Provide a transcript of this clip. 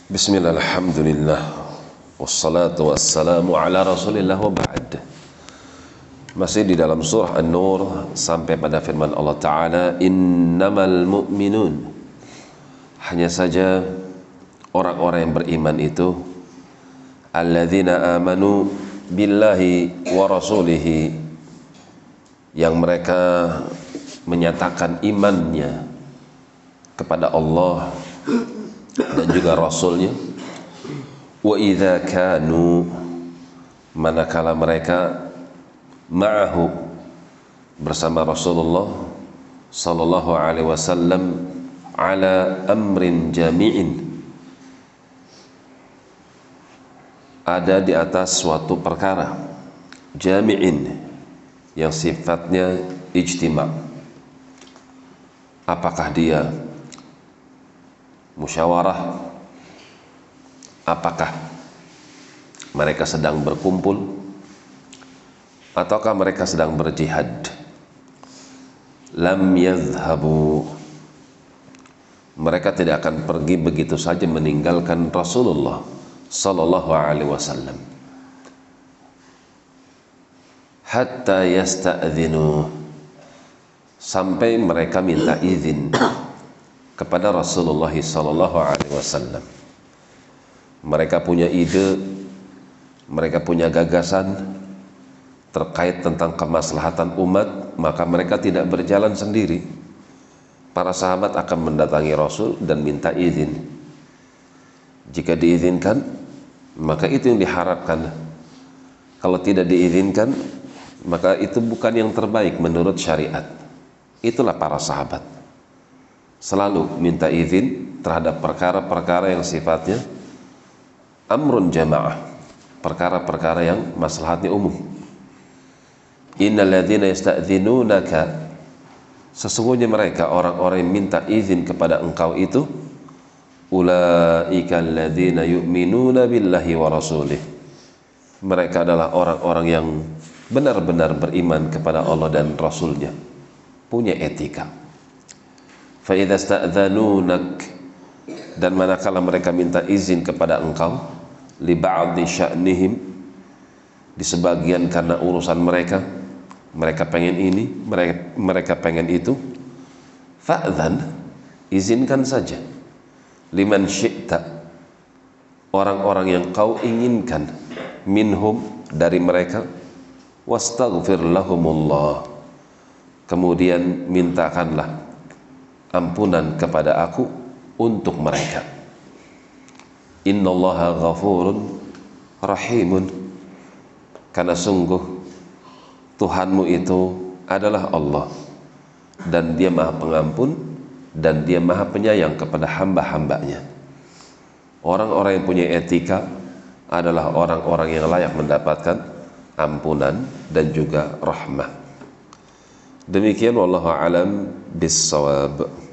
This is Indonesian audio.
Bismillah, alhamdulillah, wassalatu wassalamu ala rasulillah wa ba'd. Masih di dalam surah An-Nur sampai pada firman Allah Ta'ala, innamal mu'minun, hanya saja orang-orang yang beriman itu alladzina amanu billahi wa rasulihi, yang mereka menyatakan imannya kepada Allah dan juga Rasulnya. Wa idza kanu, manakala mereka ma'ahu, bersama Rasulullah sallallahu alaihi wasallam, ala amrin jami'in, ada di atas suatu perkara jami'in yang sifatnya ijtima'. Apakah dia musyawarah, apakah mereka sedang berkumpul, ataukah mereka sedang berjihad. Lam yadhhabu, mereka tidak akan pergi begitu saja meninggalkan Rasulullah sallallahu alaihi wasallam, hatta yasta'dhinu, sampai mereka minta izin kepada Rasulullah sallallahu alaihi wasallam. Mereka punya ide, mereka punya gagasan terkait tentang kemaslahatan umat, maka mereka tidak berjalan sendiri. Para sahabat akan mendatangi Rasul dan minta izin. Jika diizinkan, maka itu yang diharapkan. Kalau tidak diizinkan, maka itu bukan yang terbaik menurut syariat. Itulah para sahabat, selalu minta izin terhadap perkara-perkara yang sifatnya amrun jamaah, perkara-perkara yang maslahatnya umum. Innal ladzina yasta'dzinunaka, sesungguhnya mereka orang-orang yang minta izin kepada engkau itu, ulaika alladzina yu'minuna billahi wa rasulih, mereka adalah orang-orang yang benar-benar beriman kepada Allah dan Rasulnya, punya etika. Fa idza sta'dzanunak, dan manakala mereka minta izin kepada engkau, li ba'di sya'nihim, di sebagian karena urusan mereka, mereka pengen ini, mereka pengen itu, fa'dzan, izinkan saja, liman syi'ta, orang-orang yang kau inginkan, minhum, dari mereka, wastaghfir lahumullah, kemudian mintakanlah ampunan kepada aku untuk mereka. Innallaha ghafurun rahimun, karena sungguh Tuhanmu itu adalah Allah, dan Dia Maha Pengampun dan Dia Maha Penyayang kepada hamba-hambanya. Orang-orang yang punya etika adalah orang-orang yang layak mendapatkan ampunan dan juga rahmah. Demikian, wallahu a'lam bissawab.